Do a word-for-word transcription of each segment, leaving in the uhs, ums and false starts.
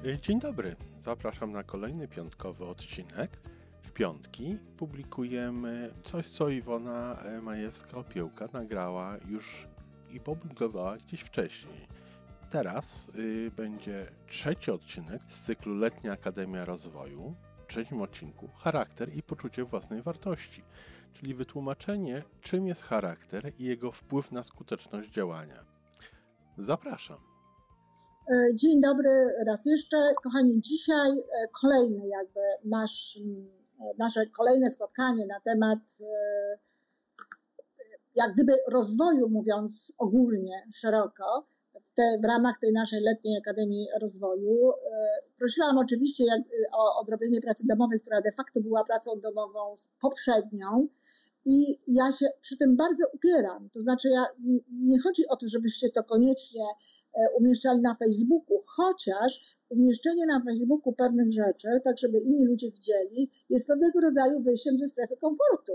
Dzień dobry, zapraszam na kolejny piątkowy odcinek. W piątki publikujemy coś, co Iwona Majewska-Opiełka nagrała już i publikowała gdzieś wcześniej. Teraz y, będzie trzeci odcinek z cyklu Letnia Akademia Rozwoju. W trzecim odcinku charakter i poczucie własnej wartości, czyli wytłumaczenie, czym jest charakter i jego wpływ na skuteczność działania. Zapraszam. Dzień dobry raz jeszcze. Kochani, dzisiaj kolejny jakby nasz, nasze kolejne spotkanie na temat jak gdyby rozwoju, mówiąc ogólnie, szeroko, w, te, w ramach tej naszej Letniej Akademii Rozwoju. Prosiłam oczywiście jak, o odrobienie pracy domowej, która de facto była pracą domową poprzednią i ja się przy tym bardzo upieram. To znaczy ja, nie chodzi o to, żebyście to koniecznie umieszczali na Facebooku, chociaż umieszczenie na Facebooku pewnych rzeczy, tak żeby inni ludzie widzieli, jest pewnego rodzaju wyjściem ze strefy komfortu.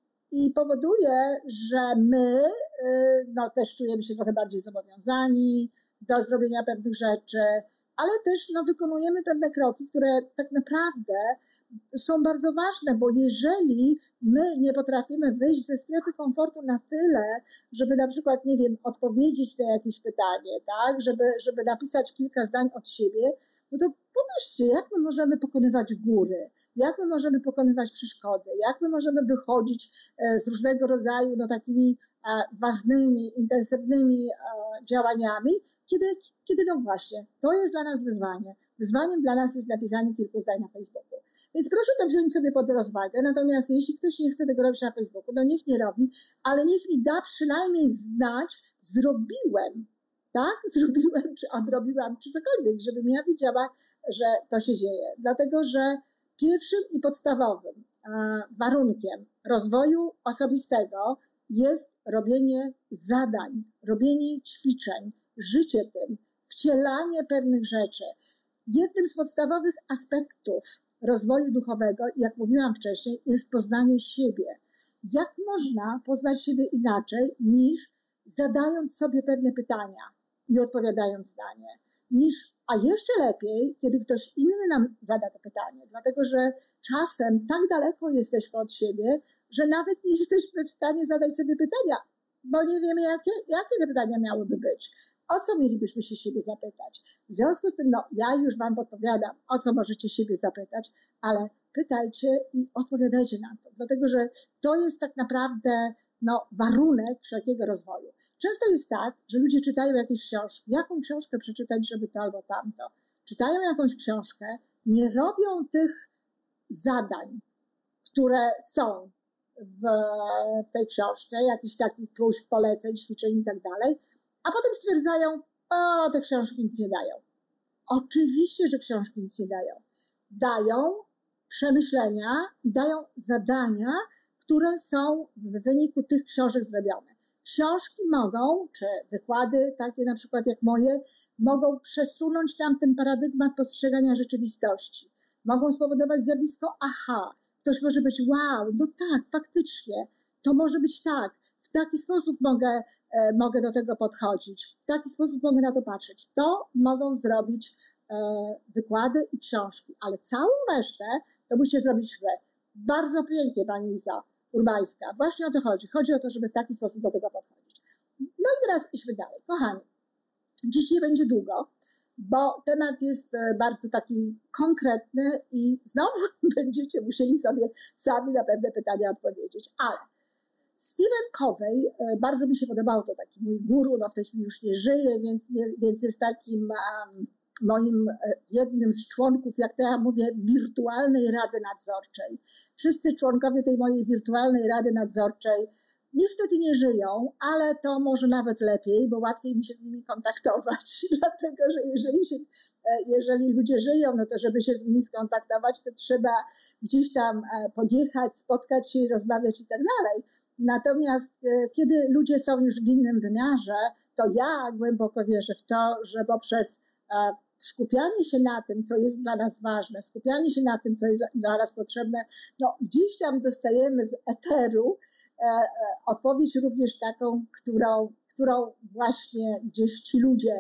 I powoduje, że my no, też czujemy się trochę bardziej zobowiązani do zrobienia pewnych rzeczy, ale też no, wykonujemy pewne kroki, które tak naprawdę są bardzo ważne, bo jeżeli my nie potrafimy wyjść ze strefy komfortu na tyle, żeby na przykład, nie wiem, odpowiedzieć na jakieś pytanie, tak, żeby, żeby napisać kilka zdań od siebie, no to pomyślcie, jak my możemy pokonywać góry, jak my możemy pokonywać przeszkody, jak my możemy wychodzić z różnego rodzaju no, takimi ważnymi, intensywnymi działaniami, kiedy, kiedy no właśnie, to jest dla nas wyzwanie. Wyzwaniem dla nas jest napisanie kilku zdań na Facebooku. Więc proszę to wziąć sobie pod rozwagę, natomiast jeśli ktoś nie chce tego robić na Facebooku, no niech nie robi, ale niech mi da przynajmniej znać, zrobiłem, tak? Zrobiłem, czy odrobiłam, czy cokolwiek, żebym ja widziała, że to się dzieje. Dlatego, że pierwszym i podstawowym warunkiem rozwoju osobistego jest robienie zadań, robienie ćwiczeń, życie tym, wcielanie pewnych rzeczy. Jednym z podstawowych aspektów rozwoju duchowego, jak mówiłam wcześniej, jest poznanie siebie. Jak można poznać siebie inaczej niż zadając sobie pewne pytania i odpowiadając na nie, niż, a jeszcze lepiej, kiedy ktoś inny nam zada to pytanie, dlatego że czasem tak daleko jesteśmy od siebie, że nawet nie jesteśmy w stanie zadać sobie pytania, bo nie wiemy, jakie, jakie te pytania miałyby być. O co mielibyśmy się siebie zapytać? W związku z tym, no, ja już wam podpowiadam, o co możecie siebie zapytać, ale pytajcie i odpowiadajcie na to, dlatego że to jest tak naprawdę no, warunek wszelkiego rozwoju. Często jest tak, że ludzie czytają jakieś książki, jaką książkę przeczytać, żeby to albo tamto. Czytają jakąś książkę, nie robią tych zadań, które są w, w tej książce, jakichś takich próśb, poleceń, ćwiczeń i tak dalej, a potem stwierdzają, o, te książki nic nie dają. Oczywiście, że książki nic nie dają. Dają przemyślenia i dają zadania, które są w wyniku tych książek zrobione. Książki mogą, czy wykłady takie na przykład jak moje, mogą przesunąć nam ten paradygmat postrzegania rzeczywistości. Mogą spowodować zjawisko aha. Ktoś może być wow, no tak, faktycznie, to może być tak. W taki sposób mogę, e, mogę do tego podchodzić, w taki sposób mogę na to patrzeć. To mogą zrobić e, wykłady i książki, ale całą resztę to musicie zrobić wy. Bardzo pięknie, pani Iza Urbańska. Właśnie o to chodzi. Chodzi o to, żeby w taki sposób do tego podchodzić. No i teraz idźmy dalej. Kochani, dziś nie będzie długo, bo temat jest bardzo taki konkretny i znowu będziecie musieli sobie sami na pewne pytania odpowiedzieć, ale Stephen Covey, bardzo mi się podobał, to taki mój guru, no w tej chwili już nie żyje, więc, nie, więc jest takim um, moim jednym z członków, jak to ja mówię, wirtualnej rady nadzorczej. Wszyscy członkowie tej mojej wirtualnej rady nadzorczej niestety nie żyją, ale to może nawet lepiej, bo łatwiej mi się z nimi kontaktować, dlatego że jeżeli, się, jeżeli ludzie żyją, no to żeby się z nimi skontaktować, to trzeba gdzieś tam podjechać, spotkać się i rozmawiać i tak dalej. Natomiast kiedy ludzie są już w innym wymiarze, to ja głęboko wierzę w to, że poprzez skupianie się na tym, co jest dla nas ważne, skupianie się na tym, co jest dla nas potrzebne, no gdzieś tam dostajemy z eteru e, e, odpowiedź również taką, którą, którą właśnie gdzieś ci ludzie,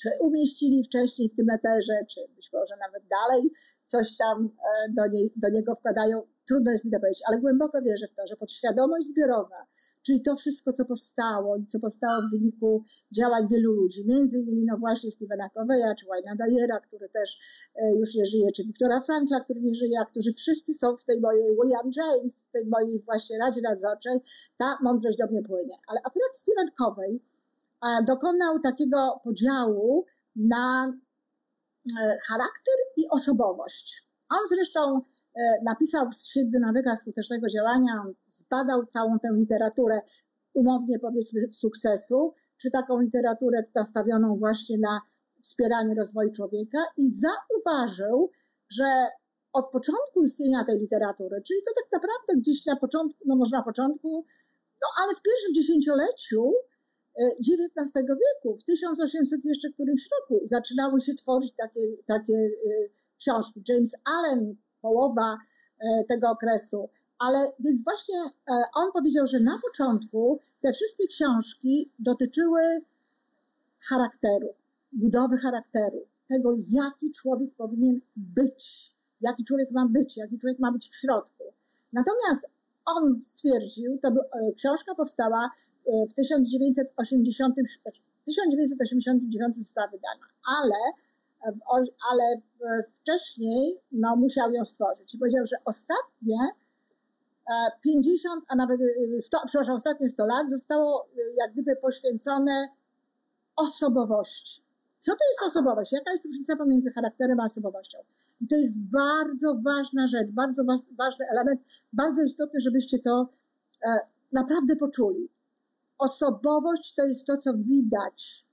czy umieścili wcześniej w tym eterze, czy być może nawet dalej coś tam do, niej, do niego wkładają. Trudno jest mi to powiedzieć, ale głęboko wierzę w to, że podświadomość zbiorowa, czyli to wszystko, co powstało i co powstało w wyniku działań wielu ludzi, między innymi no właśnie Stephena Coveya, czy Wayne'a Dyera, który też już nie żyje, czy Viktora Frankla, który nie żyje, a którzy wszyscy są w tej mojej, William James, w tej mojej właśnie Radzie Nadzorczej, ta mądrość do mnie płynie. Ale akurat Stephen Covey dokonał takiego podziału na charakter i osobowość. On zresztą napisał w Siedmiu nawykach skutecznego działania, zbadał całą tę literaturę, umownie powiedzmy, sukcesu, czy taką literaturę nastawioną właśnie na wspieranie rozwoju człowieka i zauważył, że od początku istnienia tej literatury, czyli to tak naprawdę gdzieś na początku, no może na początku, no ale w pierwszym dziesięcioleciu dziewiętnastego wieku, w tysiąc osiemset jeszcze którymś roku zaczynały się tworzyć takie, takie książki. James Allen, połowa tego okresu, ale więc właśnie on powiedział, że na początku te wszystkie książki dotyczyły charakteru, budowy charakteru, tego tego, jaki człowiek powinien być, jaki człowiek ma być, jaki człowiek ma być w środku. Natomiast on stwierdził, to by, książka powstała w tysiąc dziewięćset osiemdziesiątym, tysiąc dziewięćset osiemdziesiątym dziewiątym została wydana, ale, ale wcześniej no, musiał ją stworzyć. I powiedział, że ostatnie pięćdziesiąt, a nawet sto, przepraszam, ostatnie sto lat zostało jak gdyby poświęcone osobowości. Co to jest osobowość? Jaka jest różnica pomiędzy charakterem a osobowością? I to jest bardzo ważna rzecz, bardzo ważny element, bardzo istotny, żebyście to e, naprawdę poczuli. Osobowość to jest to, co widać.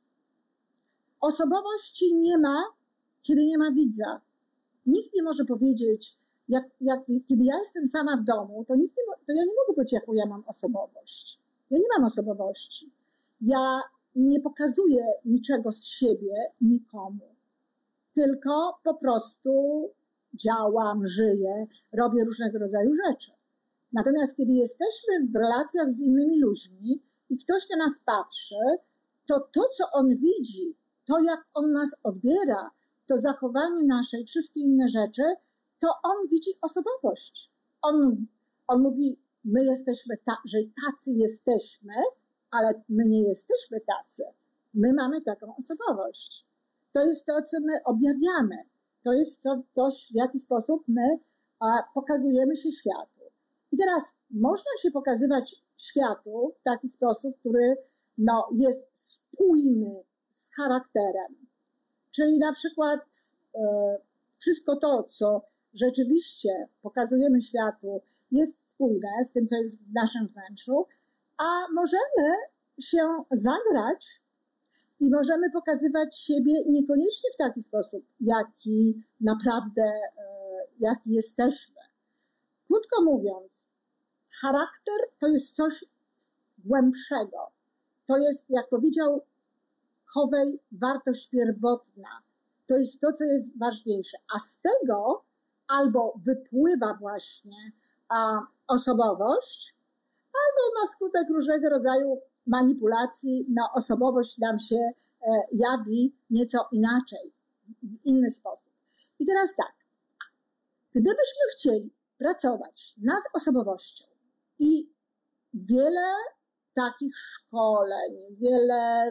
Osobowości nie ma, kiedy nie ma widza. Nikt nie może powiedzieć, jak, jak, kiedy ja jestem sama w domu, to, nikt nie, to ja nie mogę powiedzieć, jaką ja mam osobowość. Ja nie mam osobowości. Ja nie pokazuję niczego z siebie nikomu, tylko po prostu działam, żyję, robię różnego rodzaju rzeczy. Natomiast kiedy jesteśmy w relacjach z innymi ludźmi i ktoś na nas patrzy, to to, co on widzi, to jak on nas odbiera, to zachowanie nasze i wszystkie inne rzeczy, to on widzi osobowość. On, on mówi, my jesteśmy, ta, że tacy jesteśmy, ale my nie jesteśmy tacy. My mamy taką osobowość. To jest to, co my objawiamy. To jest to, to w jaki sposób my a, pokazujemy się światu. I teraz można się pokazywać światu w taki sposób, który no, jest spójny z charakterem. Czyli na przykład e, wszystko to, co rzeczywiście pokazujemy światu, jest spójne z tym, co jest w naszym wnętrzu, a możemy się zagrać i możemy pokazywać siebie niekoniecznie w taki sposób, jaki naprawdę, jaki jesteśmy. Krótko mówiąc, charakter to jest coś głębszego. To jest, jak powiedział Covey, wartość pierwotna. To jest to, co jest ważniejsze. A z tego albo wypływa właśnie a, osobowość, albo na skutek różnego rodzaju manipulacji, no, osobowość nam się e, jawi nieco inaczej, w, w inny sposób. I teraz tak, gdybyśmy chcieli pracować nad osobowością i wiele takich szkoleń, wiele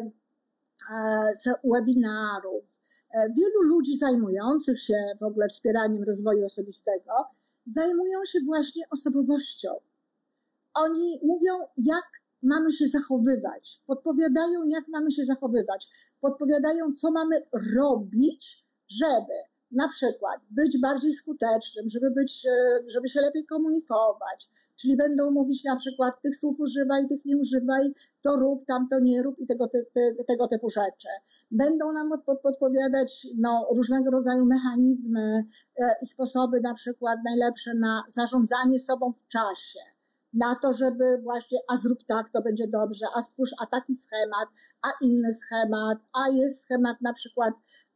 e, webinarów, e, wielu ludzi zajmujących się w ogóle wspieraniem rozwoju osobistego, zajmują się właśnie osobowością. Oni mówią, jak mamy się zachowywać, podpowiadają, jak mamy się zachowywać, podpowiadają, co mamy robić, żeby na przykład być bardziej skutecznym, żeby być, żeby się lepiej komunikować, czyli będą mówić na przykład tych słów używaj, tych nie używaj, to rób, tamto nie rób i tego, te, te, tego typu rzeczy. Będą nam podpowiadać no, różnego rodzaju mechanizmy i sposoby na przykład najlepsze na zarządzanie sobą w czasie. Na to, żeby właśnie, a zrób tak, to będzie dobrze, a stwórz a taki schemat, a inny schemat, a jest schemat na przykład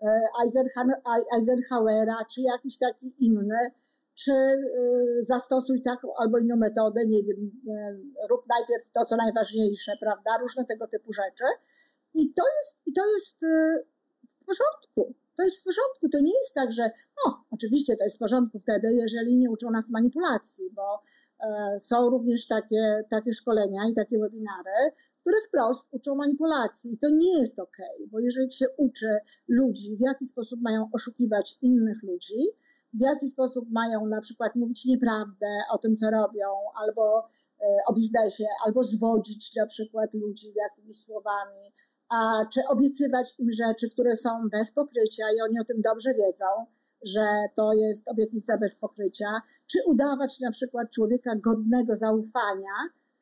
Eisenhowera, czy jakiś taki inny, czy zastosuj taką albo inną metodę, nie wiem, rób najpierw to, co najważniejsze, prawda, różne tego typu rzeczy. I to jest, i to jest w porządku. To jest w porządku. To nie jest tak, że no, oczywiście to jest w porządku wtedy, jeżeli nie uczą nas manipulacji, bo e, są również takie, takie szkolenia i takie webinary, które wprost uczą manipulacji. I to nie jest okej, bo jeżeli się uczy ludzi, w jaki sposób mają oszukiwać innych ludzi, w jaki sposób mają na przykład mówić nieprawdę o tym, co robią, albo e, o biznesie, albo zwodzić na przykład ludzi jakimiś słowami, a czy obiecywać im rzeczy, które są bez pokrycia i oni o tym dobrze wiedzą, że to jest obietnica bez pokrycia, czy udawać na przykład człowieka godnego zaufania,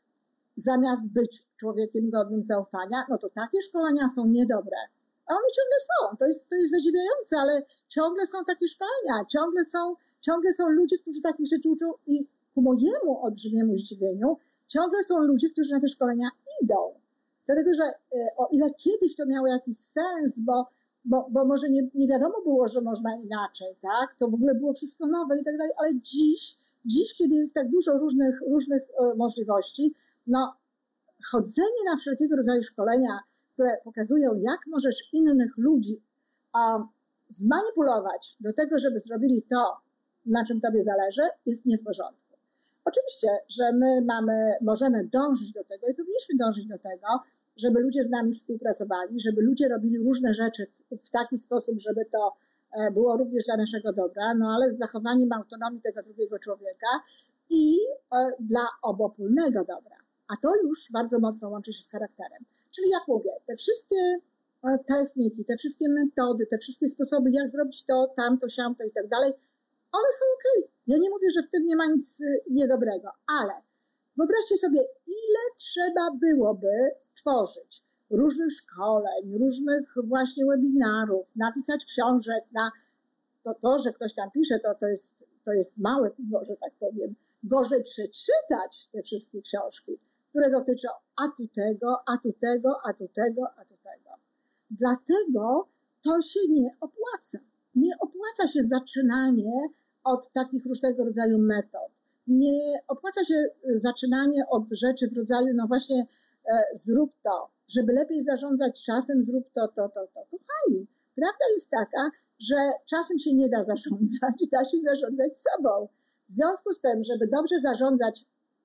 zamiast być człowiekiem godnym zaufania, no to takie szkolenia są niedobre. A one ciągle są. To jest, to jest zadziwiające, ale ciągle są takie szkolenia, ciągle są, ciągle są ludzie, którzy takich rzeczy uczą i ku mojemu olbrzymiemu zdziwieniu ciągle są ludzie, którzy na te szkolenia idą. Dlatego, że o ile kiedyś to miało jakiś sens, bo, bo, bo może nie, nie wiadomo było, że można inaczej, tak? To w ogóle było wszystko nowe i tak dalej, ale dziś, dziś, kiedy jest tak dużo różnych, różnych możliwości, no chodzenie na wszelkiego rodzaju szkolenia, które pokazują, jak możesz innych ludzi um, zmanipulować do tego, żeby zrobili to, na czym tobie zależy, jest nie w porządku. Oczywiście, że my mamy, możemy dążyć do tego i powinniśmy dążyć do tego, żeby ludzie z nami współpracowali, żeby ludzie robili różne rzeczy w taki sposób, żeby to było również dla naszego dobra, no ale z zachowaniem autonomii tego drugiego człowieka i dla obopólnego dobra. A to już bardzo mocno łączy się z charakterem. Czyli jak mówię, te wszystkie techniki, te wszystkie metody, te wszystkie sposoby, jak zrobić to, tamto, siamto i tak dalej, one są okej. Okay. Ja nie mówię, że w tym nie ma nic niedobrego, ale wyobraźcie sobie, ile trzeba byłoby stworzyć różnych szkoleń, różnych właśnie webinarów, napisać książek na to, to że ktoś tam pisze, to, to, jest, to jest małe piwo, że tak powiem. Gorzej przeczytać te wszystkie książki, które dotyczą a tu tego, a tu tego, a tu tego, a tu tego. Dlatego to się nie opłaca. Nie opłaca się zaczynanie od takich różnego rodzaju metod. Nie opłaca się zaczynanie od rzeczy w rodzaju, no właśnie e, zrób to, żeby lepiej zarządzać czasem, zrób to, to, to, to. Kochani, prawda jest taka, że czasem się nie da zarządzać, da się zarządzać sobą. W związku z tym, żeby dobrze zarządzać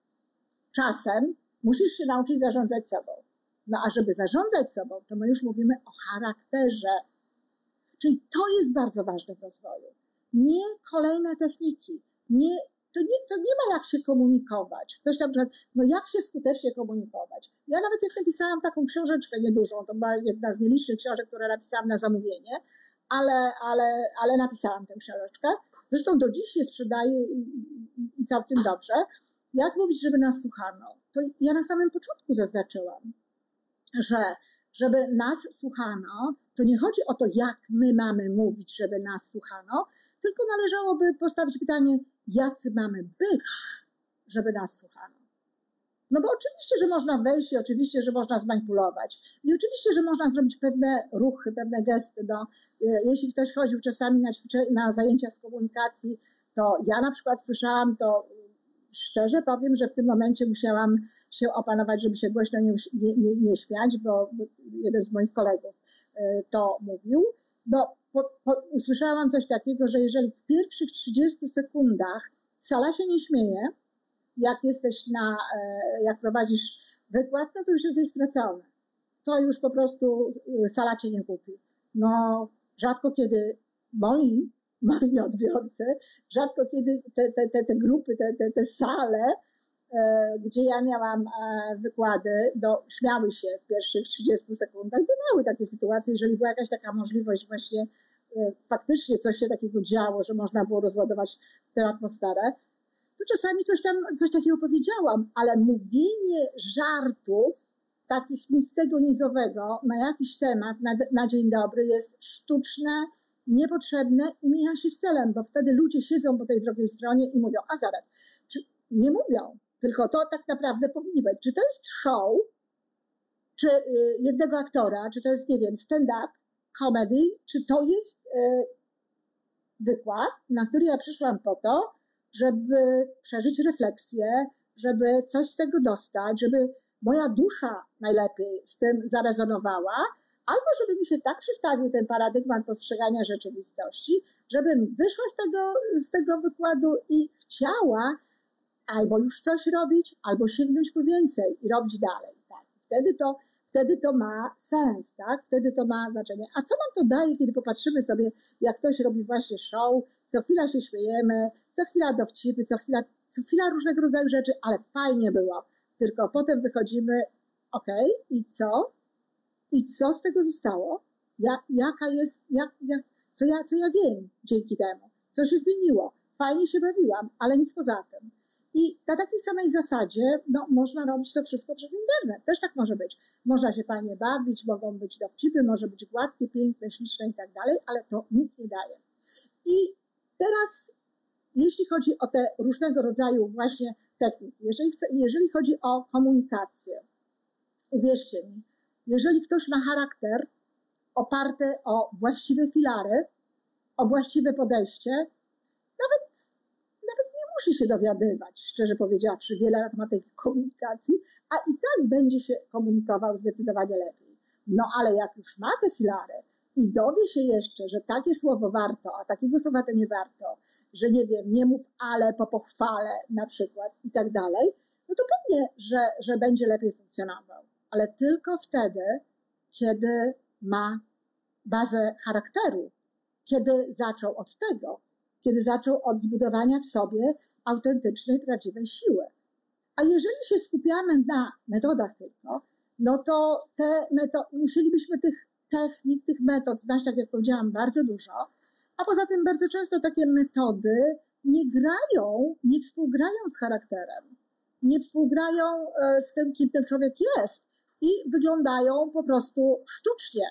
czasem, musisz się nauczyć zarządzać sobą. No a żeby zarządzać sobą, to my już mówimy o charakterze. Czyli to jest bardzo ważne w rozwoju. Nie kolejne techniki, nie, to, nie, to nie ma jak się komunikować. Ktoś tam, no jak się skutecznie komunikować? Ja nawet jak napisałam taką książeczkę niedużą, to była jedna z nielicznych książek, które napisałam na zamówienie, ale, ale, ale napisałam tę książeczkę. Zresztą do dziś się sprzedaje i, i, i całkiem dobrze. Jak mówić, żeby nas słuchano? To ja na samym początku zaznaczyłam, że żeby nas słuchano, to nie chodzi o to, jak my mamy mówić, żeby nas słuchano, tylko należałoby postawić pytanie, jacy mamy być, żeby nas słuchano. No bo oczywiście, że można wejść i oczywiście, że można zmanipulować. I oczywiście, że można zrobić pewne ruchy, pewne gesty. No, jeśli ktoś chodził czasami na, ćwicze- na zajęcia z komunikacji, to ja na przykład słyszałam to, szczerze powiem, że w tym momencie musiałam się opanować, żeby się głośno nie, nie, nie śmiać, bo jeden z moich kolegów to mówił. No, po, po, usłyszałam coś takiego, że jeżeli w pierwszych trzydziestu sekundach sala się nie śmieje, jak jesteś na, jak prowadzisz wykład, no to już jesteś stracony. To już po prostu sala cię nie kupi. No, rzadko kiedy moi moi odbiorcy, rzadko kiedy te, te, te, te grupy, te, te, te sale, e, gdzie ja miałam e, wykłady, do, śmiały się w pierwszych trzydziestu sekundach. Bywały takie sytuacje, jeżeli była jakaś taka możliwość właśnie e, faktycznie coś się takiego działo, że można było rozładować tę atmosferę, to czasami coś tam, coś takiego powiedziałam, ale mówienie żartów takich ni z tego, ni z owego na jakiś temat, na, na dzień dobry jest sztuczne, niepotrzebne i mija się z celem, bo wtedy ludzie siedzą po tej drugiej stronie i mówią, a zaraz, czy nie mówią, tylko to tak naprawdę powinni być. Czy to jest show, czy jednego aktora, czy to jest, nie wiem, stand-up, comedy, czy to jest y, wykład, na który ja przyszłam po to, żeby przeżyć refleksję, żeby coś z tego dostać, żeby moja dusza najlepiej z tym zarezonowała, albo żeby mi się tak przystawił ten paradygmat postrzegania rzeczywistości, żebym wyszła z tego, z tego wykładu i chciała albo już coś robić, albo sięgnąć po więcej i robić dalej. Tak. Wtedy to, wtedy to ma sens, tak? Wtedy to ma znaczenie. A co nam to daje, kiedy popatrzymy sobie, jak ktoś robi właśnie show, co chwila się śmiejemy, co chwila dowcipy, co chwila, co chwila różnego rodzaju rzeczy, ale fajnie było. Tylko potem wychodzimy, okej, okay, i co? I co z tego zostało? Ja, jaka jest, jak, jak, co, ja, co ja wiem dzięki temu? Co się zmieniło? Fajnie się bawiłam, ale nic poza tym. I na takiej samej zasadzie no, można robić to wszystko przez internet. Też tak może być. Można się fajnie bawić, mogą być dowcipy, może być gładkie, piękne, śliczne i tak dalej, ale to nic nie daje. I teraz, jeśli chodzi o te różnego rodzaju właśnie techniki, jeżeli, chce, jeżeli chodzi o komunikację, uwierzcie mi, jeżeli ktoś ma charakter oparty o właściwe filary, o właściwe podejście, nawet, nawet nie musi się dowiadywać, szczerze powiedziawszy, wiele lat ma tej komunikacji, a i tak będzie się komunikował zdecydowanie lepiej. No ale jak już ma te filary i dowie się jeszcze, że takie słowo warto, a takiego słowa to nie warto, że nie wiem, nie mów ale po pochwale na przykład i tak dalej, no to pewnie, że, że będzie lepiej funkcjonował. Ale tylko wtedy, kiedy ma bazę charakteru, kiedy zaczął od tego, kiedy zaczął od zbudowania w sobie autentycznej, prawdziwej siły. A jeżeli się skupiamy na metodach tylko, no to te metody, musielibyśmy tych technik, tych metod znać, tak jak powiedziałam, bardzo dużo, a poza tym bardzo często takie metody nie grają, nie współgrają z charakterem, nie współgrają z tym, kim ten człowiek jest i wyglądają po prostu sztucznie.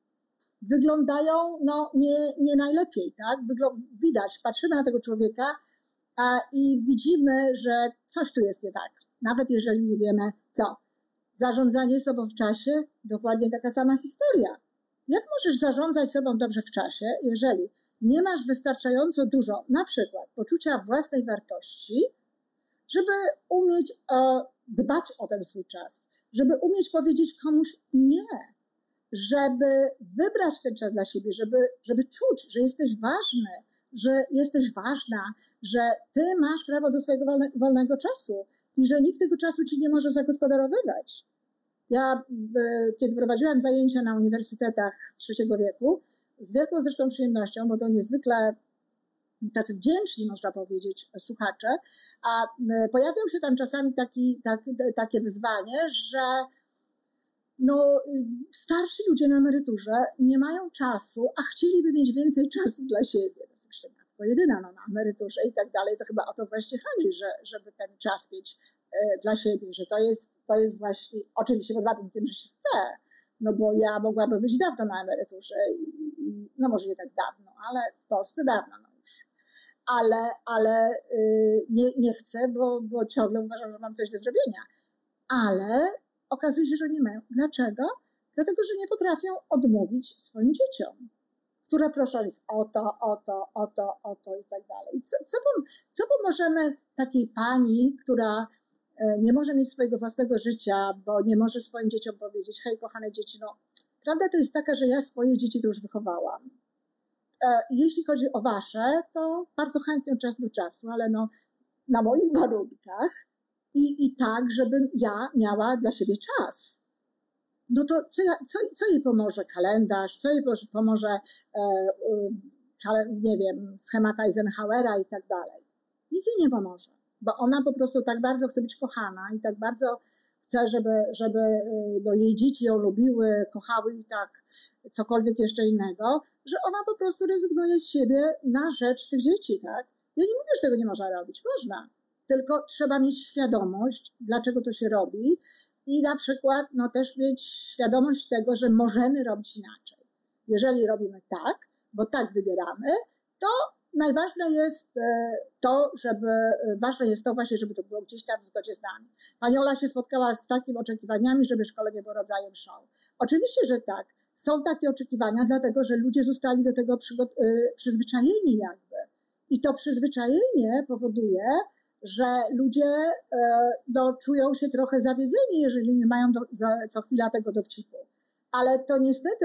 Wyglądają no, nie, nie najlepiej, tak? Wygl- widać, patrzymy na tego człowieka a, i widzimy, że coś tu jest nie tak, nawet jeżeli nie wiemy co. Zarządzanie sobą w czasie, dokładnie taka sama historia. Jak możesz zarządzać sobą dobrze w czasie, jeżeli nie masz wystarczająco dużo, na przykład poczucia własnej wartości, żeby umieć o, dbać o ten swój czas, żeby umieć powiedzieć komuś nie, żeby wybrać ten czas dla siebie, żeby, żeby czuć, że jesteś ważny, że jesteś ważna, że ty masz prawo do swojego wolne, wolnego czasu i że nikt tego czasu ci nie może zagospodarowywać. Ja, kiedy prowadziłam zajęcia na uniwersytetach trzeciego wieku, z wielką zresztą przyjemnością, bo to niezwykle tacy wdzięczni, można powiedzieć, słuchacze, a pojawiał się tam czasami taki, tak, takie wyzwanie, że no, starsi ludzie na emeryturze nie mają czasu, a chcieliby mieć więcej czasu dla siebie. To jest jeszcze matko jedyna no, na emeryturze i tak dalej. To chyba o to właśnie chodzi, że, żeby ten czas mieć e, dla siebie, że to jest, to jest właśnie, oczywiście pod warunkiem, że się chce, no bo ja mogłabym być dawno na emeryturze, i, i, no może nie tak dawno, ale w Polsce dawno no już. Ale, ale y, nie, nie chcę, bo, bo ciągle uważam, że mam coś do zrobienia. Ale okazuje się, że nie mają. Dlaczego? Dlatego, że nie potrafią odmówić swoim dzieciom, które proszą ich o to, o to, o to, o to i tak dalej. Co, co, co pomożemy takiej pani, która nie może mieć swojego własnego życia, bo nie może swoim dzieciom powiedzieć, hej, kochane dzieci, no prawda to jest taka, że ja swoje dzieci to już wychowałam. Jeśli chodzi o wasze, to bardzo chętnie od czasu do czasu, ale no na moich warunkach, I, I tak, żebym ja miała dla siebie czas. No to co, ja, co, co jej pomoże kalendarz, co jej pomoże, e, e, nie wiem, schemata Eisenhowera i tak dalej. Nic jej nie pomoże, bo ona po prostu tak bardzo chce być kochana i tak bardzo chce, żeby, żeby no, jej dzieci ją lubiły, kochały i tak cokolwiek jeszcze innego, że ona po prostu rezygnuje z siebie na rzecz tych dzieci, tak? Ja nie mówię, że tego nie można robić, można. Tylko trzeba mieć świadomość, dlaczego to się robi i na przykład no, też mieć świadomość tego, że możemy robić inaczej. Jeżeli robimy tak, bo tak wybieramy, to najważne jest to, żeby, ważne jest to właśnie, żeby to było gdzieś tam w zgodzie z nami. Pani Ola się spotkała z takimi oczekiwaniami, żeby szkolenie było rodzajem show. Oczywiście, że tak. Są takie oczekiwania, dlatego że ludzie zostali do tego przyzwyczajeni jakby. I to przyzwyczajenie powoduje, że ludzie no, czują się trochę zawiedzeni, jeżeli nie mają do, za, co chwila tego dowcipu. Ale to niestety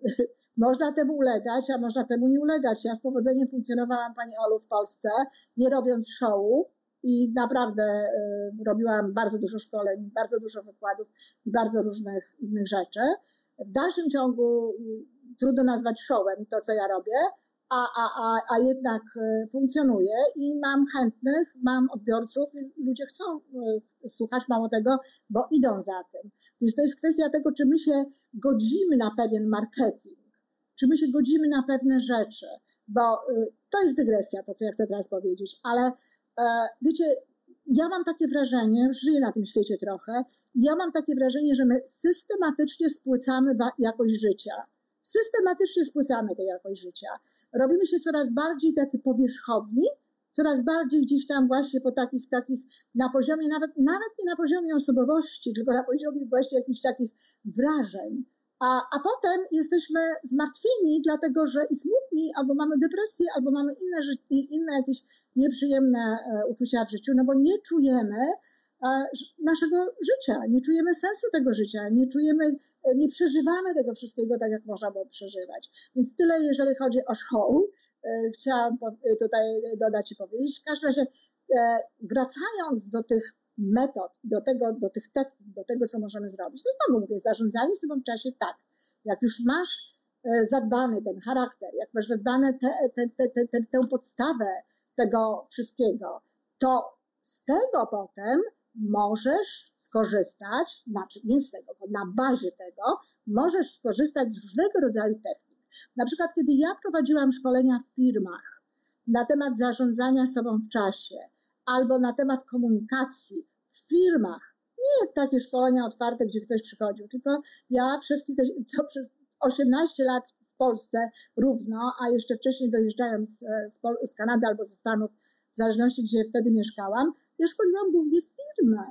można temu ulegać, a można temu nie ulegać. Ja z powodzeniem funkcjonowałam, Pani Olu, w Polsce, nie robiąc showów i naprawdę y, robiłam bardzo dużo szkoleń, bardzo dużo wykładów i bardzo różnych innych rzeczy. W dalszym ciągu y, trudno nazwać showem to, co ja robię, a, a, a, a jednak y, funkcjonuje i mam chętnych, mam odbiorców i ludzie chcą y, słuchać, mało tego, bo idą za tym. Więc to jest kwestia tego, czy my się godzimy na pewien marketing, czy my się godzimy na pewne rzeczy, bo y, to jest dygresja, to co ja chcę teraz powiedzieć, ale y, wiecie, ja mam takie wrażenie, żyję na tym świecie trochę, ja mam takie wrażenie, że my systematycznie spłycamy jakość życia. Systematycznie spłycamy tę jakość życia. Robimy się coraz bardziej tacy powierzchowni, coraz bardziej gdzieś tam właśnie po takich, takich na poziomie, nawet, nawet nie na poziomie osobowości, tylko na poziomie właśnie jakichś takich wrażeń. A, a potem jesteśmy zmartwieni, dlatego że i smutni, albo mamy depresję, albo mamy inne, inne jakieś nieprzyjemne e, uczucia w życiu, no bo nie czujemy e, naszego życia, nie czujemy sensu tego życia, nie czujemy, e, nie przeżywamy tego wszystkiego tak, jak można było przeżywać. Więc tyle, jeżeli chodzi o show, e, chciałam po, tutaj dodać i powiedzieć. W każdym razie, e, wracając do tych metod i do tego, do tych technik, do tego, co możemy zrobić. To znowu mówię, zarządzanie sobą w czasie tak. Jak już masz zadbany ten charakter, jak masz zadbane te, te, te, te, te, tę podstawę tego wszystkiego, to z tego potem możesz skorzystać, znaczy nie z tego, na bazie tego możesz skorzystać z różnego rodzaju technik. Na przykład, kiedy ja prowadziłam szkolenia w firmach na temat zarządzania sobą w czasie, albo na temat komunikacji w firmach. Nie takie szkolenia otwarte, gdzie ktoś przychodził, tylko ja przez, to przez osiemnaście lat w Polsce równo, a jeszcze wcześniej dojeżdżając z, z Kanady albo ze Stanów, w zależności gdzie wtedy mieszkałam, ja szkoliłam głównie firmy.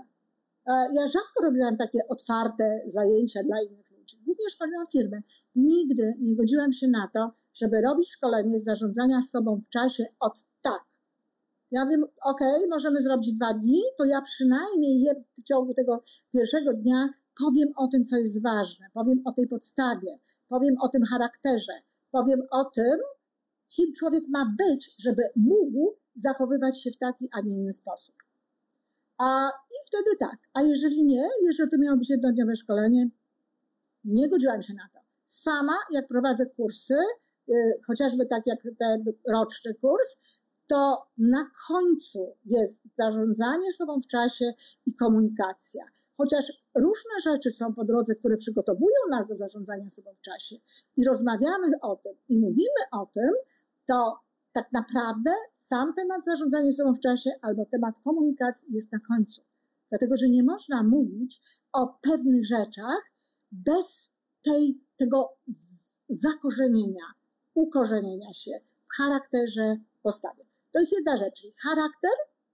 Ja rzadko robiłam takie otwarte zajęcia dla innych ludzi. Głównie szkoliłam firmy. Nigdy nie godziłam się na to, żeby robić szkolenie z zarządzania sobą w czasie od tak. Ja wiem, okej, okay, możemy zrobić dwa dni, to ja przynajmniej w ciągu tego pierwszego dnia powiem o tym, co jest ważne, powiem o tej podstawie, powiem o tym charakterze, powiem o tym, kim człowiek ma być, żeby mógł zachowywać się w taki, a nie inny sposób. A i wtedy tak, a jeżeli nie, jeżeli to miało być jednodniowe szkolenie, nie godziłam się na to. Sama, jak prowadzę kursy, yy, chociażby tak jak ten roczny kurs, to na końcu jest zarządzanie sobą w czasie i komunikacja. Chociaż różne rzeczy są po drodze, które przygotowują nas do zarządzania sobą w czasie i rozmawiamy o tym i mówimy o tym, to tak naprawdę sam temat zarządzania sobą w czasie albo temat komunikacji jest na końcu. Dlatego, że nie można mówić o pewnych rzeczach bez tej, tego zakorzenienia, ukorzenienia się w charakterze, postawie. To jest jedna rzecz, czyli charakter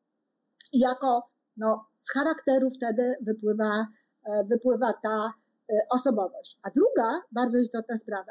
i jako no, z charakteru wtedy wypływa, wypływa ta osobowość. A druga, bardzo istotna sprawa,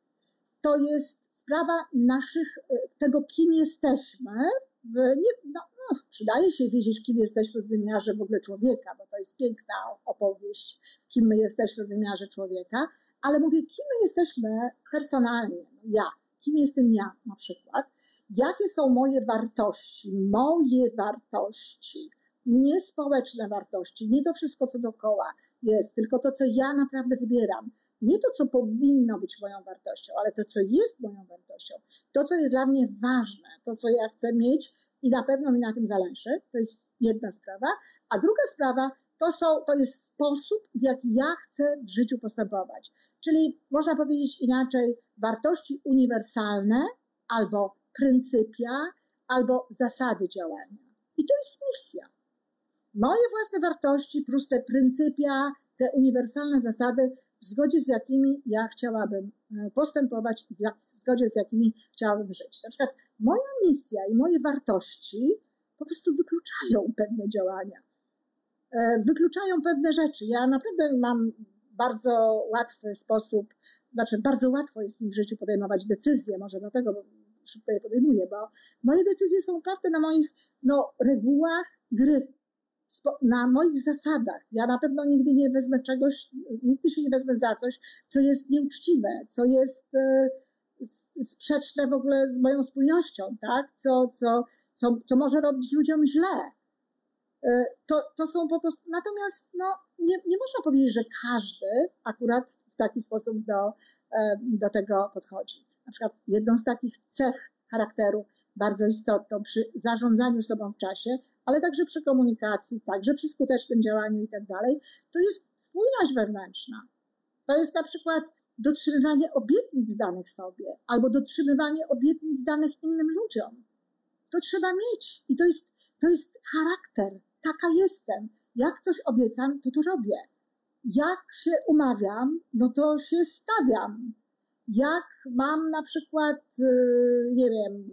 to jest sprawa naszych, tego, kim jesteśmy. W, nie, no, no, przydaje się wiedzieć, kim jesteśmy w wymiarze w ogóle człowieka, bo to jest piękna opowieść, kim my jesteśmy w wymiarze człowieka, ale mówię, kim my jesteśmy personalnie, no, ja. Kim jestem ja na przykład? Jakie są moje wartości? Moje wartości, nie społeczne wartości, nie to wszystko, co dookoła jest, tylko to, co ja naprawdę wybieram. Nie to, co powinno być moją wartością, ale to, co jest moją wartością. To, co jest dla mnie ważne, to, co ja chcę mieć i na pewno mi na tym zależy. To jest jedna sprawa. A druga sprawa to, są, to jest sposób, w jaki ja chcę w życiu postępować. Czyli można powiedzieć inaczej, wartości uniwersalne albo pryncypia, albo zasady działania. I to jest misja. Moje własne wartości plus te pryncypia, te uniwersalne zasady, w zgodzie z jakimi ja chciałabym postępować, w zgodzie z jakimi chciałabym żyć. Na przykład moja misja i moje wartości po prostu wykluczają pewne działania. Wykluczają pewne rzeczy. Ja naprawdę mam bardzo łatwy sposób, znaczy bardzo łatwo jest mi w życiu podejmować decyzje, może dlatego szybko je podejmuję, bo moje decyzje są oparte na moich no, regułach gry. na moich zasadach. Ja na pewno nigdy nie wezmę czegoś, nigdy się nie wezmę za coś, co jest nieuczciwe, co jest sprzeczne w ogóle z moją spójnością, tak? Co, co, co, co może robić ludziom źle. To, to są po prostu, natomiast no, nie, nie można powiedzieć, że każdy akurat w taki sposób do, do tego podchodzi. Na przykład jedną z takich cech charakteru bardzo istotną przy zarządzaniu sobą w czasie, ale także przy komunikacji, także przy skutecznym działaniu i tak dalej, to jest spójność wewnętrzna. To jest na przykład dotrzymywanie obietnic danych sobie albo dotrzymywanie obietnic danych innym ludziom. To trzeba mieć i to jest, to jest charakter. Taka jestem. Jak coś obiecam, to to robię. Jak się umawiam, no to się stawiam. Jak mam na przykład, nie wiem,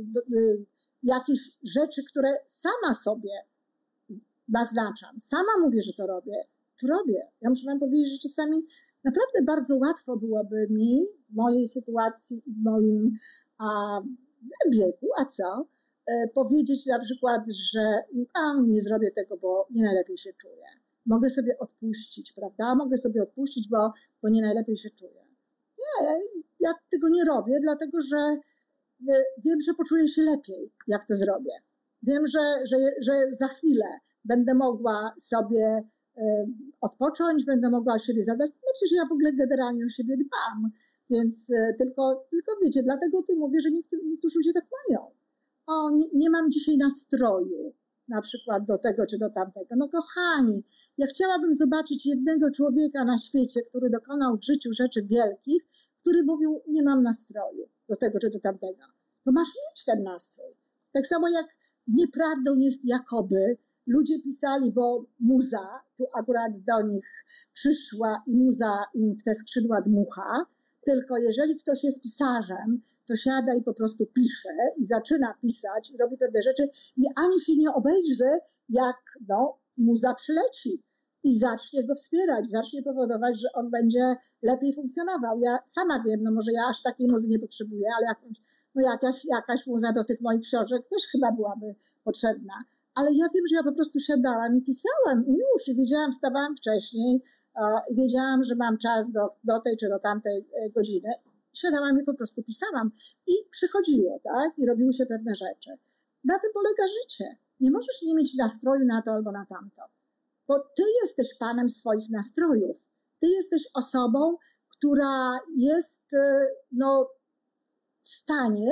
jakieś rzeczy, które sama sobie naznaczam, sama mówię, że to robię, to robię. Ja muszę wam powiedzieć, że czasami naprawdę bardzo łatwo byłoby mi w mojej sytuacji i w moim a, wieku, a co? Powiedzieć na przykład, że a, nie zrobię tego, bo nie najlepiej się czuję. Mogę sobie odpuścić, prawda? Mogę sobie odpuścić, bo, bo nie najlepiej się czuję. Nie, ja tego nie robię, dlatego że wiem, że poczuję się lepiej, jak to zrobię. Wiem, że, że, że za chwilę będę mogła sobie odpocząć, będę mogła o siebie zadbać. No przecież ja w ogóle generalnie o siebie dbam, więc tylko, tylko wiecie, dlatego ty mówię, że niektórzy, niektórzy ludzie tak mają. O, nie, nie mam dzisiaj nastroju na przykład do tego czy do tamtego. No kochani, ja chciałabym zobaczyć jednego człowieka na świecie, który dokonał w życiu rzeczy wielkich, który mówił, nie mam nastroju do tego czy do tamtego. To masz mieć ten nastrój. Tak samo jak nieprawdą jest jakoby ludzie pisali, bo muza, tu akurat do nich przyszła i muza im w te skrzydła dmucha, tylko jeżeli ktoś jest pisarzem, to siada i po prostu pisze i zaczyna pisać i robi pewne rzeczy i ani się nie obejrzy, jak no, muza przyleci i zacznie go wspierać, zacznie powodować, że on będzie lepiej funkcjonował. Ja sama wiem, no może ja aż takiej muzy nie potrzebuję, ale jakąś, no jakaś, jakaś muza do tych moich książek też chyba byłaby potrzebna. Ale ja wiem, że ja po prostu siadałam i pisałam i już, i wiedziałam, wstawałam wcześniej i wiedziałam, że mam czas do, do tej czy do tamtej godziny. Siadałam i po prostu pisałam i przychodziło, tak? I robiły się pewne rzeczy. Na tym polega życie. Nie możesz nie mieć nastroju na to albo na tamto, bo ty jesteś panem swoich nastrojów. Ty jesteś osobą, która jest no, w stanie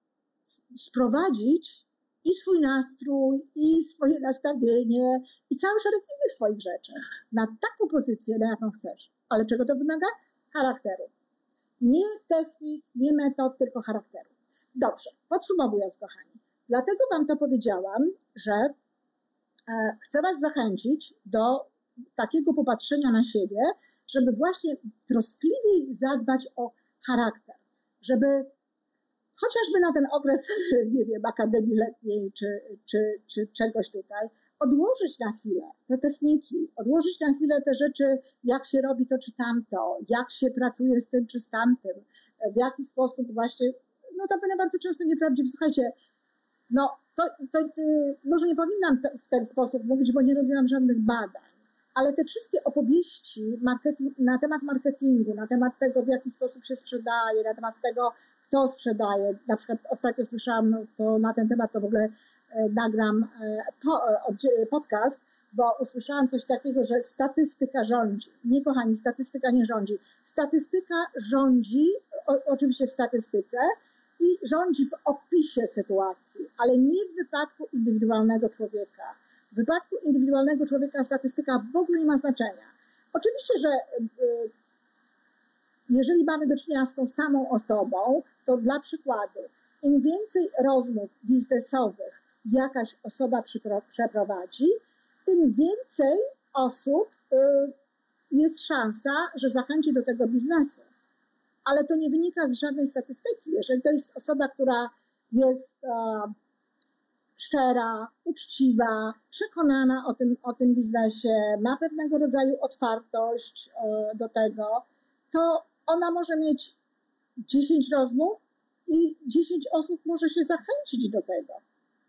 sprowadzić i swój nastrój, i swoje nastawienie, i cały szereg innych swoich rzeczy na taką pozycję, na jaką chcesz. Ale czego to wymaga? Charakteru. Nie technik, nie metod, tylko charakteru. Dobrze, podsumowując, kochani, dlatego wam to powiedziałam, że e, chcę was zachęcić do takiego popatrzenia na siebie, żeby właśnie troskliwiej zadbać o charakter, żeby chociażby na ten okres, nie wiem, akademii letniej czy, czy, czy czegoś tutaj, odłożyć na chwilę te techniki, odłożyć na chwilę te rzeczy, jak się robi to czy tamto, jak się pracuje z tym czy z tamtym, w jaki sposób właśnie, no to będę bardzo często nieprawdziwy. Słuchajcie, no to, to yy, może nie powinnam te, w ten sposób mówić, bo nie robiłam żadnych badań, ale te wszystkie opowieści na temat marketingu, na temat tego, w jaki sposób się sprzedaje, na temat tego, kto sprzedaje. Na przykład ostatnio słyszałam, no to na ten temat to w ogóle nagram podcast, bo usłyszałam coś takiego, że statystyka rządzi. Nie, kochani, statystyka nie rządzi. Statystyka rządzi, o, oczywiście w statystyce, i rządzi w opisie sytuacji, ale nie w wypadku indywidualnego człowieka. W wypadku indywidualnego człowieka statystyka w ogóle nie ma znaczenia. Oczywiście, że jeżeli mamy do czynienia z tą samą osobą, to dla przykładu, im więcej rozmów biznesowych jakaś osoba przeprowadzi, tym więcej osób jest szansa, że zachęci do tego biznesu. Ale to nie wynika z żadnej statystyki. Jeżeli to jest osoba, która jest szczera, uczciwa, przekonana o tym, o tym biznesie, ma pewnego rodzaju otwartość do tego, to ona może mieć dziesięć rozmów i dziesięć osób może się zachęcić do tego.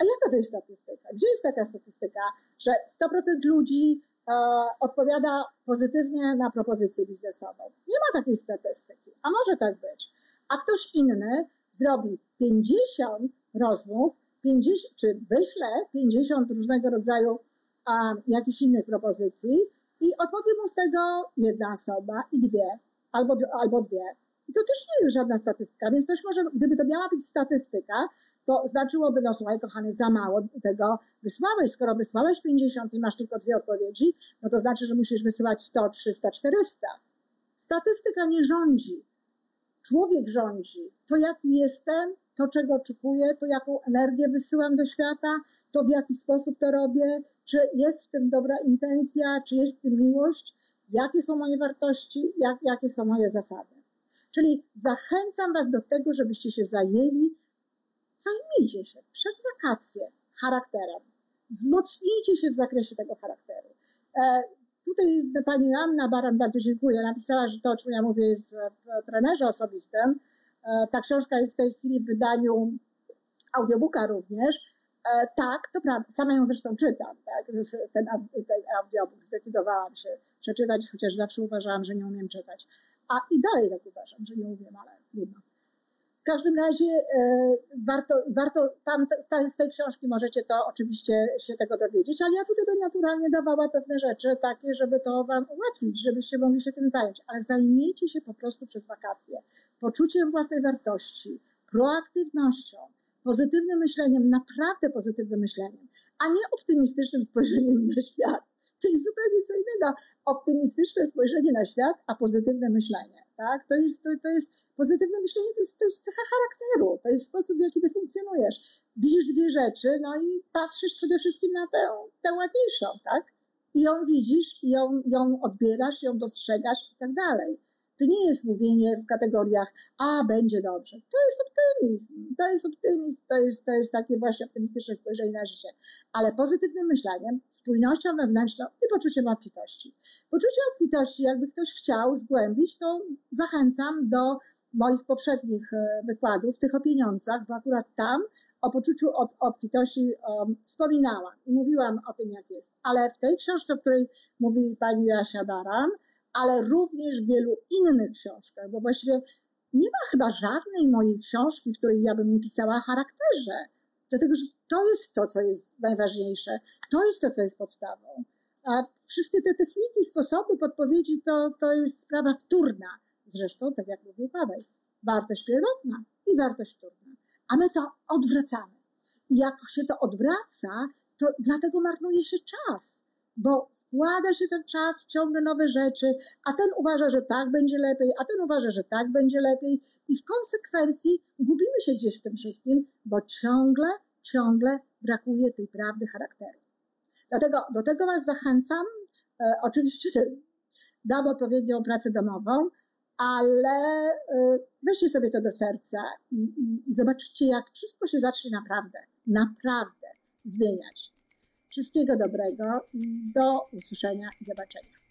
A jaka to jest statystyka? Gdzie jest taka statystyka, że sto procent ludzi e, odpowiada pozytywnie na propozycję biznesową? Nie ma takiej statystyki, a może tak być. A ktoś inny zrobi pięćdziesiąt rozmów, pięćdziesiąt, czy wyśle pięćdziesiąt różnego rodzaju a, jakichś innych propozycji i odpowie mu z tego jedna osoba i dwie, albo, albo dwie. I to też nie jest żadna statystyka, więc ktoś może, gdyby to miała być statystyka, to znaczyłoby, no słuchaj kochany, za mało tego wysłałeś. Skoro wysłałeś pięćdziesiąt i masz tylko dwie odpowiedzi, no to znaczy, że musisz wysyłać sto, trzysta, czterysta. Statystyka nie rządzi. Człowiek rządzi. To jaki jestem, to czego oczekuję, to jaką energię wysyłam do świata, to w jaki sposób to robię, czy jest w tym dobra intencja, czy jest w tym miłość, jakie są moje wartości, jak, jakie są moje zasady. Czyli zachęcam was do tego, żebyście się zajęli, zajmijcie się przez wakacje charakterem. Wzmocnijcie się w zakresie tego charakteru. E, tutaj pani Anna Baran, bardzo dziękuję, napisała, że to, o czym ja mówię, jest w trenerze osobistym. E, ta książka jest w tej chwili w wydaniu audiobooka również. E, tak, to prawda, sama ją zresztą czytam, tak? ten, ten audiobook zdecydowałam się przeczytać, chociaż zawsze uważałam, że nie umiem czytać. A i dalej tak uważam, że nie umiem, ale trudno. W każdym razie e, warto, warto tam ta, z tej książki możecie to oczywiście się tego dowiedzieć, ale ja tutaj będę naturalnie dawała pewne rzeczy takie, żeby to wam ułatwić, żebyście mogli się tym zająć. Ale zajmijcie się po prostu przez wakacje poczuciem własnej wartości, proaktywnością, pozytywnym myśleniem, naprawdę pozytywnym myśleniem, a nie optymistycznym spojrzeniem na świat. To jest zupełnie co innego. Optymistyczne spojrzenie na świat, a pozytywne myślenie. Tak? To jest, to, to jest pozytywne myślenie, to jest, to jest cecha charakteru, to jest sposób, w jaki ty funkcjonujesz. Widzisz dwie rzeczy, no i patrzysz przede wszystkim na tę, tę ładniejszą, tak? I ją widzisz, i ją, ją odbierasz, ją dostrzegasz i tak dalej. To nie jest mówienie w kategoriach, a będzie dobrze. To jest optymizm, to jest optymizm, to jest, to jest takie właśnie optymistyczne spojrzenie na życie. Ale pozytywnym myśleniem, spójnością wewnętrzną i poczuciem obfitości. Poczucie obfitości, jakby ktoś chciał zgłębić, to zachęcam do moich poprzednich wykładów, tych o pieniądzach, bo akurat tam o poczuciu obfitości um, wspominałam i mówiłam o tym, jak jest. Ale w tej książce, o której mówi pani Joasia Baran, ale również w wielu innych książkach, bo właściwie nie ma chyba żadnej mojej książki, w której ja bym nie pisała o charakterze, dlatego że to jest to, co jest najważniejsze, to jest to, co jest podstawą. A wszystkie te techniki, sposoby, podpowiedzi, to, to jest sprawa wtórna. Zresztą, tak jak mówił Paweł, wartość pierwotna i wartość wtórna. A my to odwracamy. I jak się to odwraca, to dlatego marnuje się czas. Bo wkłada się ten czas w ciągle nowe rzeczy, a ten uważa, że tak będzie lepiej, a ten uważa, że tak będzie lepiej i w konsekwencji gubimy się gdzieś w tym wszystkim, bo ciągle, ciągle brakuje tej prawdy charakteru. Dlatego do tego was zachęcam. E, oczywiście dam odpowiednią pracę domową, ale e, weźcie sobie to do serca i, i, i zobaczycie, jak wszystko się zacznie naprawdę, naprawdę zmieniać. Wszystkiego dobrego i do usłyszenia i zobaczenia.